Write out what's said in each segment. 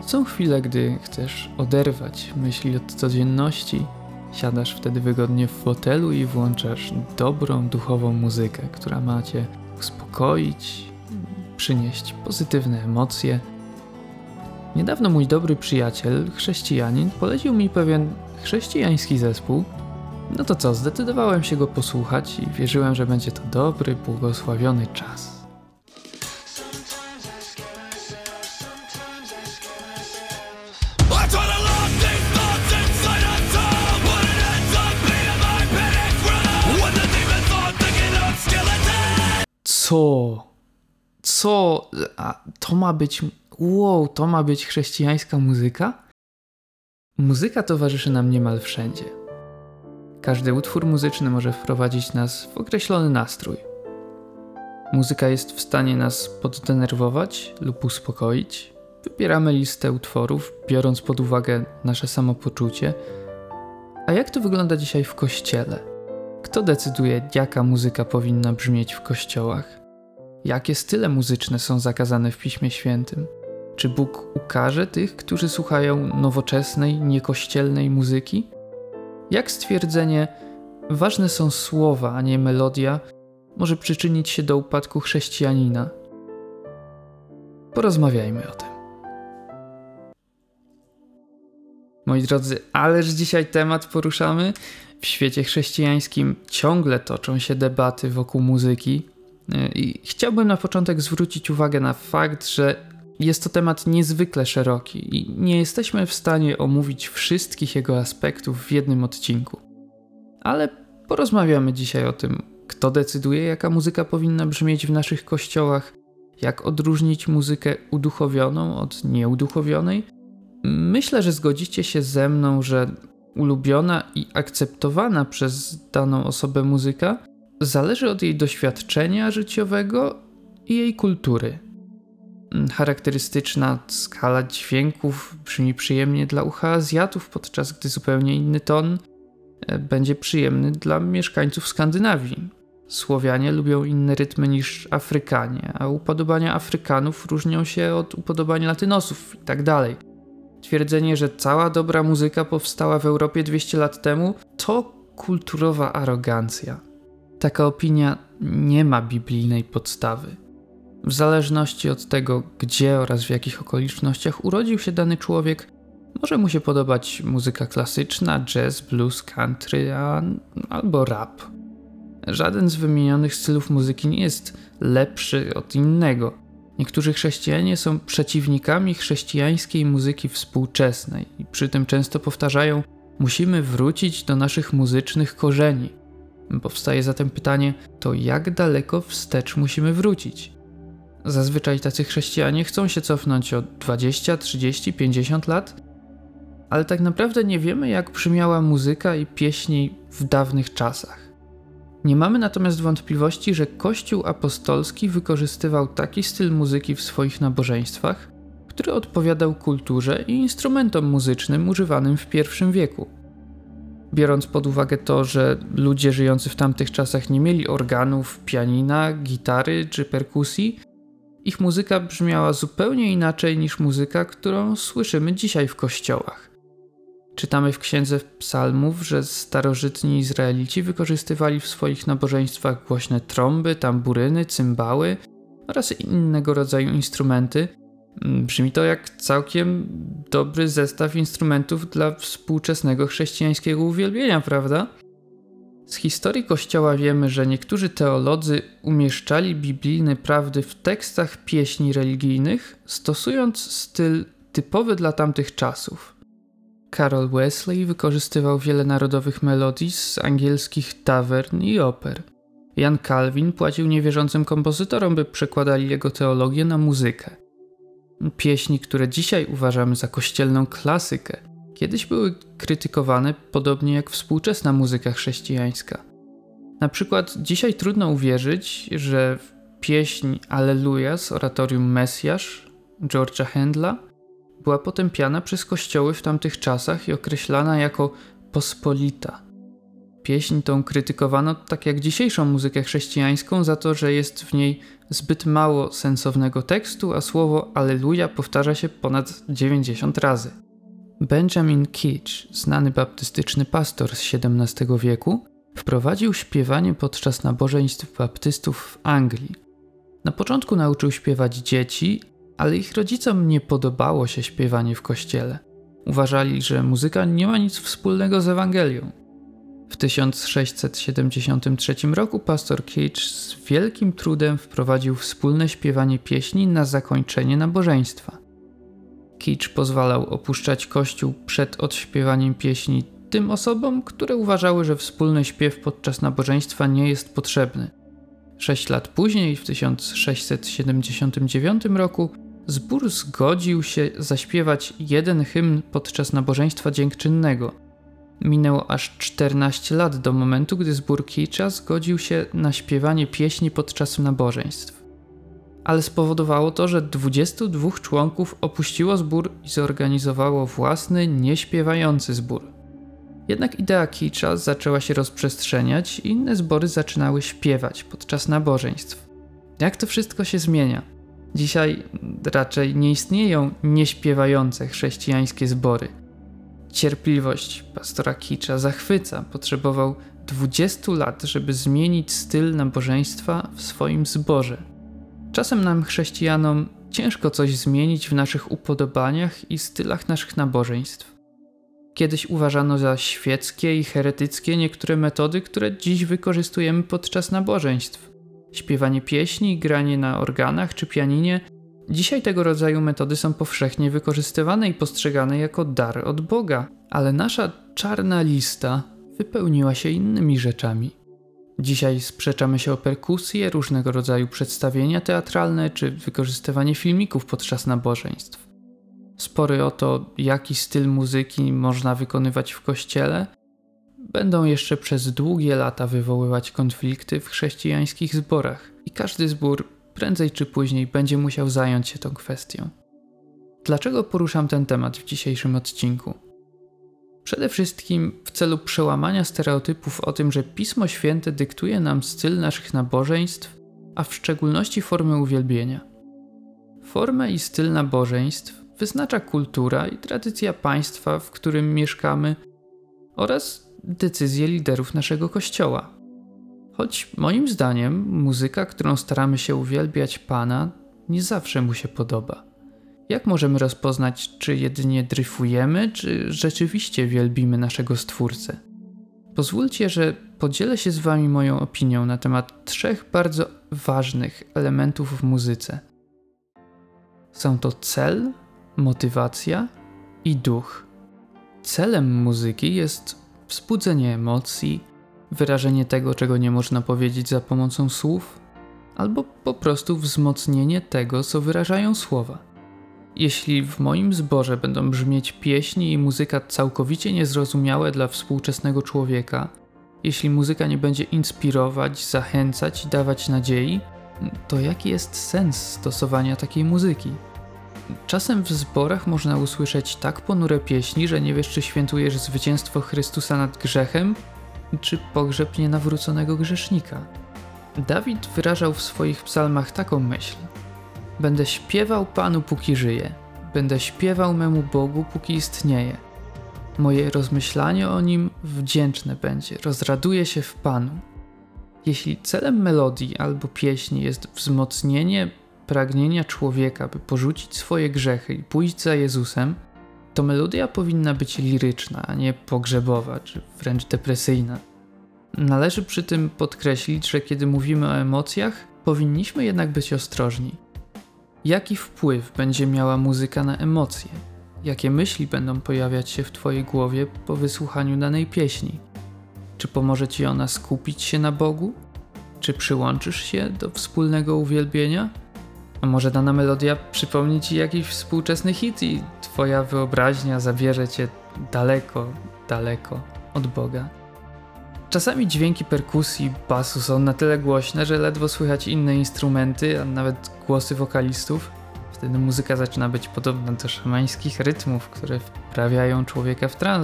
Są chwile, gdy chcesz oderwać myśli od codzienności. Siadasz wtedy wygodnie w fotelu i włączasz dobrą, duchową muzykę, która ma cię uspokoić, przynieść pozytywne emocje. Niedawno mój dobry przyjaciel, chrześcijanin, polecił mi pewien chrześcijański zespół. No to co, zdecydowałem się go posłuchać i wierzyłem, że będzie to dobry, błogosławiony czas. Co? A to ma być... Wow, to ma być chrześcijańska muzyka? Muzyka towarzyszy nam niemal wszędzie. Każdy utwór muzyczny może wprowadzić nas w określony nastrój. Muzyka jest w stanie nas poddenerwować lub uspokoić. Wybieramy listę utworów, biorąc pod uwagę nasze samopoczucie. A jak to wygląda dzisiaj w kościele? Kto decyduje, jaka muzyka powinna brzmieć w kościołach? Jakie style muzyczne są zakazane w Piśmie Świętym? Czy Bóg ukarze tych, którzy słuchają nowoczesnej, niekościelnej muzyki? Jak stwierdzenie ważne są słowa, a nie melodia może przyczynić się do upadku chrześcijanina? Porozmawiajmy o tym. Moi drodzy, ależ dzisiaj temat poruszamy. W świecie chrześcijańskim ciągle toczą się debaty wokół muzyki i chciałbym na początek zwrócić uwagę na fakt, że jest to temat niezwykle szeroki i nie jesteśmy w stanie omówić wszystkich jego aspektów w jednym odcinku. Ale porozmawiamy dzisiaj o tym, kto decyduje, jaka muzyka powinna brzmieć w naszych kościołach, jak odróżnić muzykę uduchowioną od nieuduchowionej. Myślę, że zgodzicie się ze mną, że ulubiona i akceptowana przez daną osobę muzyka zależy od jej doświadczenia życiowego i jej kultury. Charakterystyczna skala dźwięków brzmi przyjemnie dla ucha Azjatów, podczas gdy zupełnie inny ton będzie przyjemny dla mieszkańców Skandynawii. Słowianie lubią inne rytmy niż Afrykanie, a upodobania Afrykanów różnią się od upodobań Latynosów itd. Twierdzenie, że cała dobra muzyka powstała w Europie 200 lat temu, to kulturowa arogancja. Taka opinia nie ma biblijnej podstawy. W zależności od tego, gdzie oraz w jakich okolicznościach urodził się dany człowiek, może mu się podobać muzyka klasyczna, jazz, blues, country albo rap. Żaden z wymienionych stylów muzyki nie jest lepszy od innego. Niektórzy chrześcijanie są przeciwnikami chrześcijańskiej muzyki współczesnej i przy tym często powtarzają: musimy wrócić do naszych muzycznych korzeni. Powstaje zatem pytanie, to jak daleko wstecz musimy wrócić? Zazwyczaj tacy chrześcijanie chcą się cofnąć o 20, 30, 50 lat, ale tak naprawdę nie wiemy, jak brzmiała muzyka i pieśni w dawnych czasach. Nie mamy natomiast wątpliwości, że Kościół apostolski wykorzystywał taki styl muzyki w swoich nabożeństwach, który odpowiadał kulturze i instrumentom muzycznym używanym w I wieku. Biorąc pod uwagę to, że ludzie żyjący w tamtych czasach nie mieli organów, pianina, gitary czy perkusji, ich muzyka brzmiała zupełnie inaczej niż muzyka, którą słyszymy dzisiaj w kościołach. Czytamy w Księdze Psalmów, że starożytni Izraelici wykorzystywali w swoich nabożeństwach głośne trąby, tamburyny, cymbały oraz innego rodzaju instrumenty. Brzmi to jak całkiem dobry zestaw instrumentów dla współczesnego chrześcijańskiego uwielbienia, prawda? Z historii Kościoła wiemy, że niektórzy teolodzy umieszczali biblijne prawdy w tekstach pieśni religijnych, stosując styl typowy dla tamtych czasów. Karol Wesley wykorzystywał wiele narodowych melodii z angielskich tawern i oper. Jan Kalwin płacił niewierzącym kompozytorom, by przekładali jego teologię na muzykę. Pieśni, które dzisiaj uważamy za kościelną klasykę, kiedyś były krytykowane podobnie jak współczesna muzyka chrześcijańska. Na przykład dzisiaj trudno uwierzyć, że pieśń Alleluja z oratorium Mesjasz George'a Handla była potępiana przez kościoły w tamtych czasach i określana jako pospolita. Pieśń tą krytykowano, tak jak dzisiejszą muzykę chrześcijańską, za to, że jest w niej zbyt mało sensownego tekstu, a słowo Alleluja powtarza się ponad 90 razy. Benjamin Keach, znany baptystyczny pastor z XVII wieku, wprowadził śpiewanie podczas nabożeństw baptystów w Anglii. Na początku nauczył śpiewać dzieci, ale ich rodzicom nie podobało się śpiewanie w kościele. Uważali, że muzyka nie ma nic wspólnego z Ewangelią. W 1673 roku pastor Keach z wielkim trudem wprowadził wspólne śpiewanie pieśni na zakończenie nabożeństwa. Keach pozwalał opuszczać kościół przed odśpiewaniem pieśni tym osobom, które uważały, że wspólny śpiew podczas nabożeństwa nie jest potrzebny. 6 lat później, w 1679 roku, zbór zgodził się zaśpiewać jeden hymn podczas nabożeństwa dziękczynnego. Minęło aż 14 lat do momentu, gdy zbór Keacha zgodził się na śpiewanie pieśni podczas nabożeństw. Ale spowodowało to, że 22 członków opuściło zbór i zorganizowało własny, nieśpiewający zbór. Jednak idea Keacha zaczęła się rozprzestrzeniać i inne zbory zaczynały śpiewać podczas nabożeństw. Jak to wszystko się zmienia? Dzisiaj raczej nie istnieją nieśpiewające chrześcijańskie zbory. Cierpliwość pastora Keacha zachwyca. Potrzebował 20 lat, żeby zmienić styl nabożeństwa w swoim zborze. Czasem nam, chrześcijanom, ciężko coś zmienić w naszych upodobaniach i stylach naszych nabożeństw. Kiedyś uważano za świeckie i heretyckie niektóre metody, które dziś wykorzystujemy podczas nabożeństw. Śpiewanie pieśni, granie na organach czy pianinie. Dzisiaj tego rodzaju metody są powszechnie wykorzystywane i postrzegane jako dar od Boga, ale nasza czarna lista wypełniła się innymi rzeczami. Dzisiaj sprzeczamy się o perkusję, różnego rodzaju przedstawienia teatralne czy wykorzystywanie filmików podczas nabożeństw. Spory o to, jaki styl muzyki można wykonywać w kościele, będą jeszcze przez długie lata wywoływać konflikty w chrześcijańskich zborach i każdy zbór prędzej czy później będzie musiał zająć się tą kwestią. Dlaczego poruszam ten temat w dzisiejszym odcinku? Przede wszystkim w celu przełamania stereotypów o tym, że Pismo Święte dyktuje nam styl naszych nabożeństw, a w szczególności formy uwielbienia. Formę i styl nabożeństw wyznacza kultura i tradycja państwa, w którym mieszkamy, oraz decyzje liderów naszego Kościoła. Choć moim zdaniem muzyka, którą staramy się uwielbiać Pana, nie zawsze mu się podoba. Jak możemy rozpoznać, czy jedynie dryfujemy, czy rzeczywiście wielbimy naszego Stwórcę? Pozwólcie, że podzielę się z Wami moją opinią na temat 3 bardzo ważnych elementów w muzyce. Są to cel, motywacja i duch. Celem muzyki jest wzbudzenie emocji, wyrażenie tego, czego nie można powiedzieć za pomocą słów, albo po prostu wzmocnienie tego, co wyrażają słowa. Jeśli w moim zborze będą brzmieć pieśni i muzyka całkowicie niezrozumiałe dla współczesnego człowieka, jeśli muzyka nie będzie inspirować, zachęcać i dawać nadziei, to jaki jest sens stosowania takiej muzyki? Czasem w zborach można usłyszeć tak ponure pieśni, że nie wiesz, czy świętujesz zwycięstwo Chrystusa nad grzechem, czy pogrzeb nienawróconego grzesznika. Dawid wyrażał w swoich psalmach taką myśl: będę śpiewał Panu, póki żyję, będę śpiewał memu Bogu, póki istnieje. Moje rozmyślanie o Nim wdzięczne będzie, rozraduję się w Panu. Jeśli celem melodii albo pieśni jest wzmocnienie pragnienia człowieka, by porzucić swoje grzechy i pójść za Jezusem, to melodia powinna być liryczna, a nie pogrzebowa czy wręcz depresyjna. Należy przy tym podkreślić, że kiedy mówimy o emocjach, powinniśmy jednak być ostrożni. Jaki wpływ będzie miała muzyka na emocje? Jakie myśli będą pojawiać się w Twojej głowie po wysłuchaniu danej pieśni? Czy pomoże Ci ona skupić się na Bogu? Czy przyłączysz się do wspólnego uwielbienia? A może dana melodia przypomni Ci jakiś współczesny hit i Twoja wyobraźnia zabierze Cię daleko, daleko od Boga? Czasami dźwięki perkusji, basu są na tyle głośne, że ledwo słychać inne instrumenty, a nawet głosy wokalistów. Wtedy muzyka zaczyna być podobna do szamańskich rytmów, które wprawiają człowieka w trans.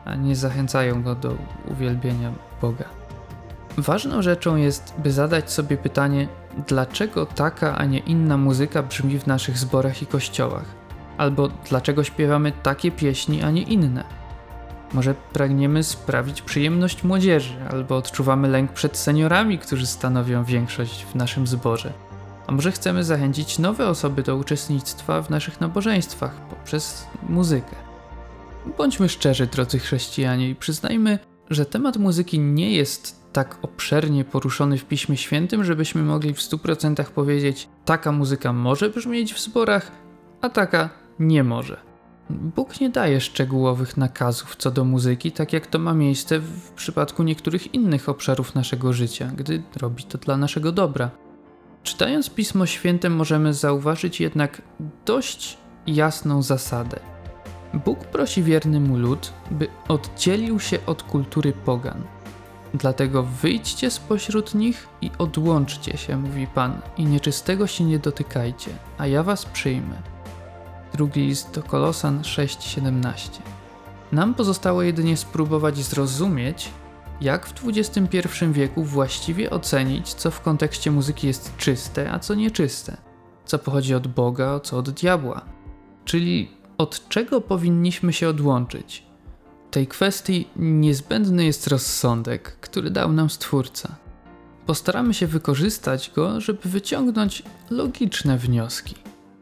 a nie zachęcają go do uwielbienia Boga. Ważną rzeczą jest, by zadać sobie pytanie, dlaczego taka, a nie inna muzyka brzmi w naszych zborach i kościołach, albo dlaczego śpiewamy takie pieśni, a nie inne. Może pragniemy sprawić przyjemność młodzieży, albo odczuwamy lęk przed seniorami, którzy stanowią większość w naszym zborze. A może chcemy zachęcić nowe osoby do uczestnictwa w naszych nabożeństwach poprzez muzykę. Bądźmy szczerzy, drodzy chrześcijanie, i przyznajmy, że temat muzyki nie jest tak obszernie poruszony w Piśmie Świętym, żebyśmy mogli w 100% powiedzieć, taka muzyka może brzmieć w zborach, a taka nie może. Bóg nie daje szczegółowych nakazów co do muzyki, tak jak to ma miejsce w przypadku niektórych innych obszarów naszego życia, gdy robi to dla naszego dobra. Czytając Pismo Święte możemy zauważyć jednak dość jasną zasadę. Bóg prosi wierny mu lud, by oddzielił się od kultury pogan. Dlatego wyjdźcie spośród nich i odłączcie się, mówi Pan, i nieczystego się nie dotykajcie, a ja was przyjmę. Drugi list do Kolosan 6:17. Nam pozostało jedynie spróbować zrozumieć, jak w XXI wieku właściwie ocenić, co w kontekście muzyki jest czyste, a co nieczyste, co pochodzi od Boga, a co od diabła, czyli od czego powinniśmy się odłączyć. W tej kwestii niezbędny jest rozsądek, który dał nam Stwórca. Postaramy się wykorzystać go, żeby wyciągnąć logiczne wnioski.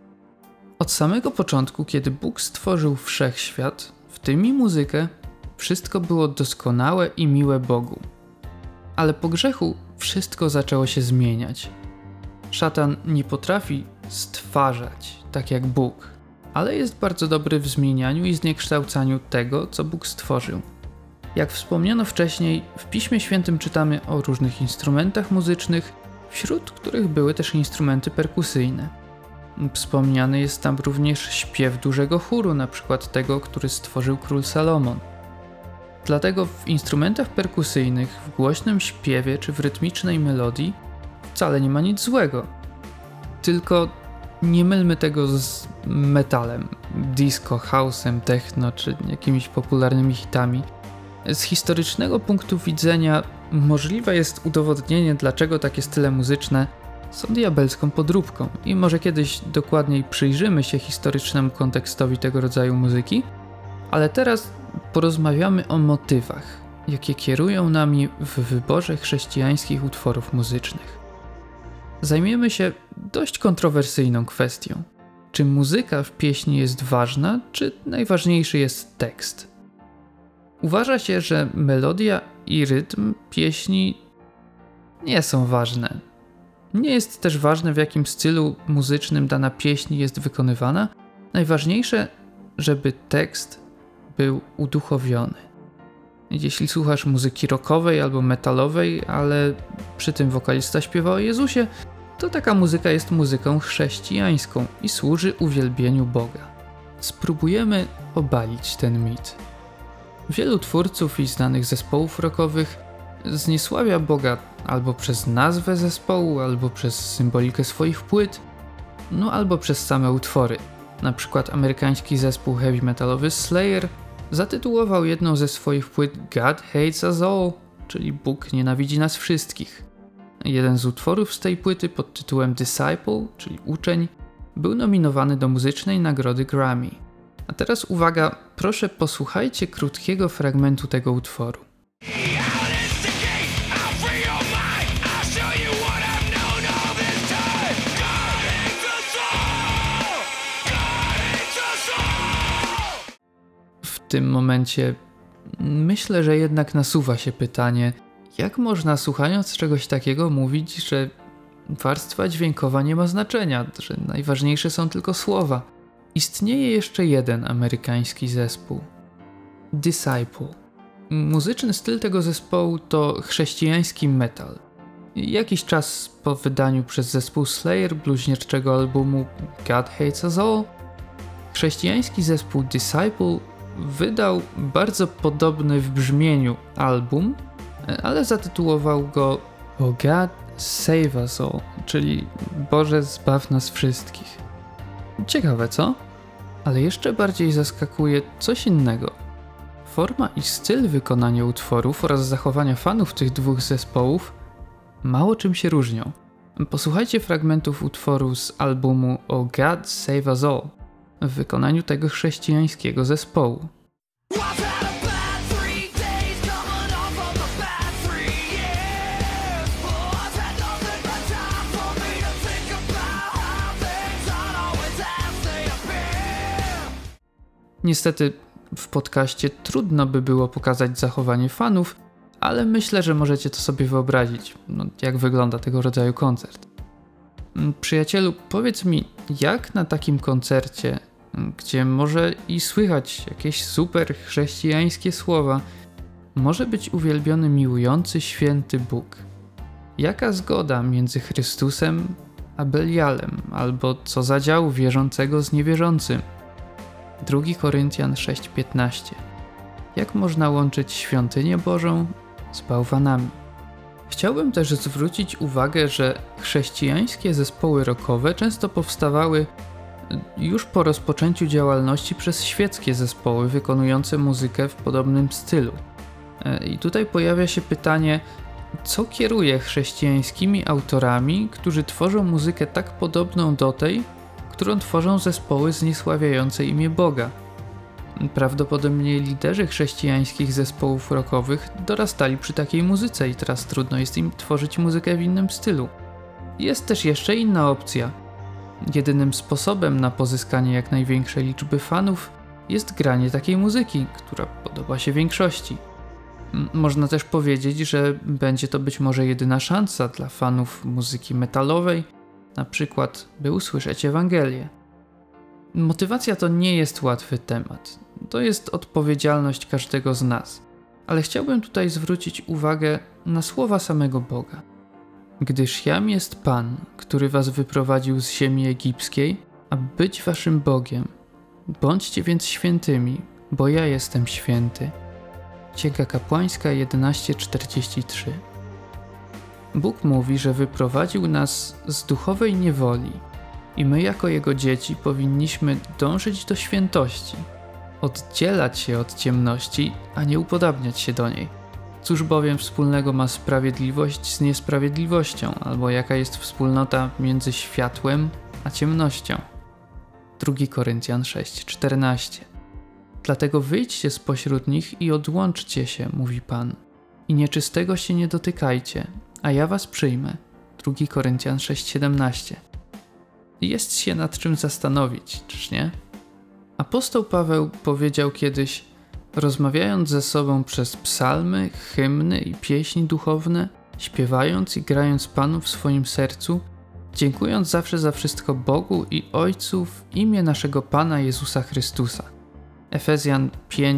Od samego początku, kiedy Bóg stworzył wszechświat, w tym i muzykę, wszystko było doskonałe i miłe Bogu. Ale po grzechu wszystko zaczęło się zmieniać. Szatan nie potrafi stwarzać tak jak Bóg, ale jest bardzo dobry w zmienianiu i zniekształcaniu tego, co Bóg stworzył. Jak wspomniano wcześniej, w Piśmie Świętym czytamy o różnych instrumentach muzycznych, wśród których były też instrumenty perkusyjne. Wspomniany jest tam również śpiew dużego chóru, na przykład tego, który stworzył król Salomon. Dlatego w instrumentach perkusyjnych, w głośnym śpiewie czy w rytmicznej melodii wcale nie ma nic złego. Tylko nie mylmy tego z metalem, disco, house'em, techno czy jakimiś popularnymi hitami. Z historycznego punktu widzenia możliwe jest udowodnienie, dlaczego takie style muzyczne są diabelską podróbką i może kiedyś dokładniej przyjrzymy się historycznemu kontekstowi tego rodzaju muzyki, ale teraz porozmawiamy o motywach, jakie kierują nami w wyborze chrześcijańskich utworów muzycznych. Zajmiemy się dość kontrowersyjną kwestią. Czy muzyka w pieśni jest ważna, czy najważniejszy jest tekst? Uważa się, że melodia i rytm pieśni nie są ważne. Nie jest też ważne, w jakim stylu muzycznym dana pieśń jest wykonywana. Najważniejsze, żeby tekst był uduchowiony. Jeśli słuchasz muzyki rockowej albo metalowej, ale przy tym wokalista śpiewa o Jezusie, to taka muzyka jest muzyką chrześcijańską i służy uwielbieniu Boga. Spróbujemy obalić ten mit. Wielu twórców i znanych zespołów rockowych zniesławia Boga albo przez nazwę zespołu, albo przez symbolikę swoich płyt, albo przez same utwory. Na przykład amerykański zespół heavy metalowy Slayer zatytułował jedną ze swoich płyt God Hates Us All, czyli Bóg nienawidzi nas wszystkich. Jeden z utworów z tej płyty pod tytułem Disciple, czyli uczeń, był nominowany do muzycznej nagrody Grammy. A teraz uwaga, proszę posłuchajcie krótkiego fragmentu tego utworu. W tym momencie myślę, że jednak nasuwa się pytanie, jak można słuchając czegoś takiego mówić, że warstwa dźwiękowa nie ma znaczenia, że najważniejsze są tylko słowa. Istnieje jeszcze jeden amerykański zespół. Disciple. Muzyczny styl tego zespołu to chrześcijański metal. Jakiś czas po wydaniu przez zespół Slayer bluźnierczego albumu God Hates Us All, chrześcijański zespół Disciple wydał bardzo podobny w brzmieniu album, ale zatytułował go Oh God Save Us All, czyli Boże zbaw nas wszystkich. Ciekawe, co? Ale jeszcze bardziej zaskakuje coś innego. W forma i styl wykonania utworów oraz zachowania fanów tych dwóch zespołów mało czym się różnią. Posłuchajcie fragmentów utworu z albumu O God Save Us All w wykonaniu tego chrześcijańskiego zespołu. Niestety w podcaście trudno by było pokazać zachowanie fanów, ale myślę, że możecie to sobie wyobrazić, jak wygląda tego rodzaju koncert. Przyjacielu, powiedz mi, jak na takim koncercie, gdzie może i słychać jakieś super chrześcijańskie słowa, może być uwielbiony miłujący święty Bóg? Jaka zgoda między Chrystusem a Belialem, albo co za dział wierzącego z niewierzącym? 2 Koryntian 6:15. Jak można łączyć świątynię Bożą z bałwanami? Chciałbym też zwrócić uwagę, że chrześcijańskie zespoły rockowe często powstawały już po rozpoczęciu działalności przez świeckie zespoły wykonujące muzykę w podobnym stylu. I tutaj pojawia się pytanie, co kieruje chrześcijańskimi autorami, którzy tworzą muzykę tak podobną do tej, którą tworzą zespoły zniesławiające imię Boga. Prawdopodobnie liderzy chrześcijańskich zespołów rockowych dorastali przy takiej muzyce i teraz trudno jest im tworzyć muzykę w innym stylu. Jest też jeszcze inna opcja. Jedynym sposobem na pozyskanie jak największej liczby fanów jest granie takiej muzyki, która podoba się większości. Można też powiedzieć, że będzie to być może jedyna szansa dla fanów muzyki metalowej, na przykład by usłyszeć Ewangelię. Motywacja to nie jest łatwy temat. To jest odpowiedzialność każdego z nas. Ale chciałbym tutaj zwrócić uwagę na słowa samego Boga. Gdyż jam jest Pan, który was wyprowadził z ziemi egipskiej, aby być waszym Bogiem. Bądźcie więc świętymi, bo ja jestem święty. Księga Kapłańska 11:43. Bóg mówi, że wyprowadził nas z duchowej niewoli i my jako Jego dzieci powinniśmy dążyć do świętości, oddzielać się od ciemności, a nie upodabniać się do niej. Cóż bowiem wspólnego ma sprawiedliwość z niesprawiedliwością, albo jaka jest wspólnota między światłem a ciemnością? 2 Koryntian 6:14. Dlatego wyjdźcie spośród nich i odłączcie się, mówi Pan, i nieczystego się nie dotykajcie, a ja was przyjmę. 2 Koryntian 6:17. Jest się nad czym zastanowić, czyż nie? Apostoł Paweł powiedział kiedyś, rozmawiając ze sobą przez psalmy, hymny i pieśni duchowne, śpiewając i grając Panu w swoim sercu, dziękując zawsze za wszystko Bogu i Ojcu w imię naszego Pana Jezusa Chrystusa. Efezjan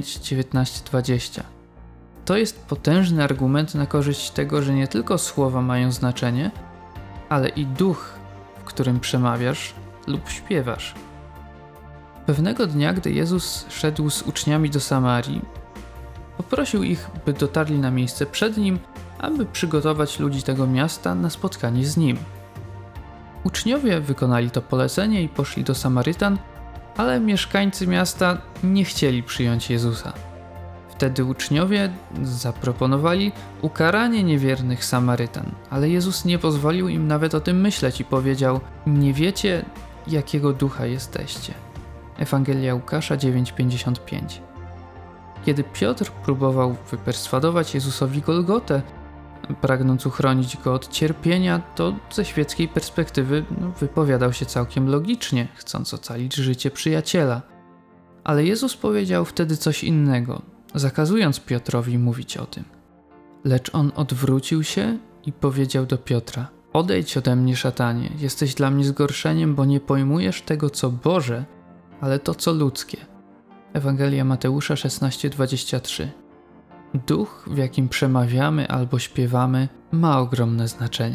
5:19-20. To jest potężny argument na korzyść tego, że nie tylko słowa mają znaczenie, ale i duch, w którym przemawiasz lub śpiewasz. Pewnego dnia, gdy Jezus szedł z uczniami do Samarii, poprosił ich, by dotarli na miejsce przed Nim, aby przygotować ludzi tego miasta na spotkanie z Nim. Uczniowie wykonali to polecenie i poszli do Samarytan, ale mieszkańcy miasta nie chcieli przyjąć Jezusa. Wtedy uczniowie zaproponowali ukaranie niewiernych Samarytan, ale Jezus nie pozwolił im nawet o tym myśleć i powiedział: nie wiecie, jakiego ducha jesteście. Ewangelia Łukasza 9:55. Kiedy Piotr próbował wyperswadować Jezusowi Golgotę, pragnąc uchronić go od cierpienia, to ze świeckiej perspektywy wypowiadał się całkiem logicznie, chcąc ocalić życie przyjaciela. Ale Jezus powiedział wtedy coś innego, zakazując Piotrowi mówić o tym. Lecz on odwrócił się i powiedział do Piotra: odejdź ode mnie, szatanie, jesteś dla mnie zgorszeniem, bo nie pojmujesz tego, co Boże, ale to, co ludzkie. Ewangelia Mateusza 16:23. Duch, w jakim przemawiamy albo śpiewamy, ma ogromne znaczenie.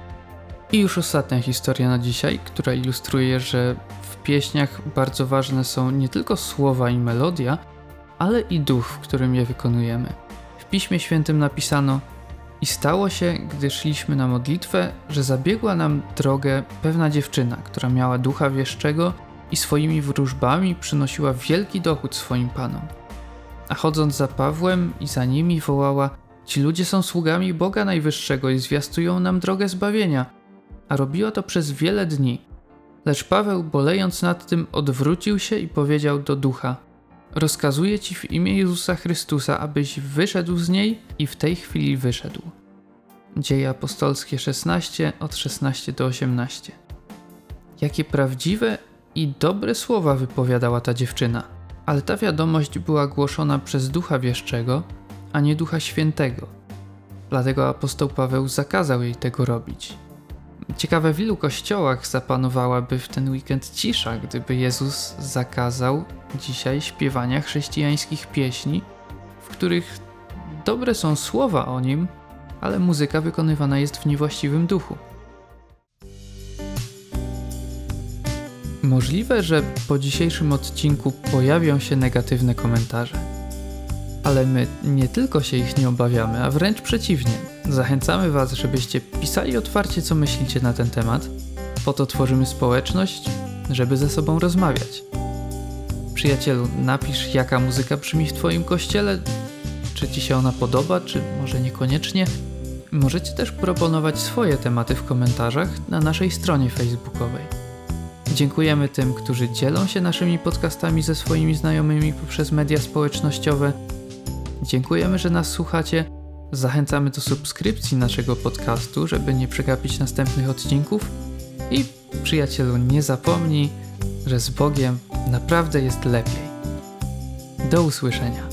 I już ostatnia historia na dzisiaj, która ilustruje, że w pieśniach bardzo ważne są nie tylko słowa i melodia, ale i duch, w którym je wykonujemy. W Piśmie Świętym napisano: i stało się, gdy szliśmy na modlitwę, że zabiegła nam drogę pewna dziewczyna, która miała ducha wieszczego i swoimi wróżbami przynosiła wielki dochód swoim panom. a chodząc za Pawłem i za nimi wołała: ci ludzie są sługami Boga Najwyższego i zwiastują nam drogę zbawienia. A robiła to przez wiele dni. Lecz Paweł, bolejąc nad tym, odwrócił się i powiedział do ducha: rozkazuję ci w imię Jezusa Chrystusa, abyś wyszedł z niej, i w tej chwili wyszedł. Dzieje apostolskie 16, od 16 do 18. Jakie prawdziwe i dobre słowa wypowiadała ta dziewczyna. Ale ta wiadomość była głoszona przez Ducha Wieszczego, a nie Ducha Świętego. Dlatego apostoł Paweł zakazał jej tego robić. Ciekawe, w ilu kościołach zapanowałaby w ten weekend cisza, gdyby Jezus zakazał dzisiaj śpiewania chrześcijańskich pieśni, w których dobre są słowa o Nim, ale muzyka wykonywana jest w niewłaściwym duchu. Możliwe, że po dzisiejszym odcinku pojawią się negatywne komentarze. Ale my nie tylko się ich nie obawiamy, a wręcz przeciwnie. Zachęcamy Was, żebyście pisali otwarcie, co myślicie na ten temat. Po to tworzymy społeczność, żeby ze sobą rozmawiać. Przyjacielu, napisz, jaka muzyka brzmi w Twoim kościele, czy Ci się ona podoba, czy może niekoniecznie. Możecie też proponować swoje tematy w komentarzach na naszej stronie facebookowej. Dziękujemy tym, którzy dzielą się naszymi podcastami ze swoimi znajomymi poprzez media społecznościowe. Dziękujemy, że nas słuchacie. Zachęcamy do subskrypcji naszego podcastu, żeby nie przegapić następnych odcinków. I przyjacielu, nie zapomnij, że z Bogiem naprawdę jest lepiej. Do usłyszenia.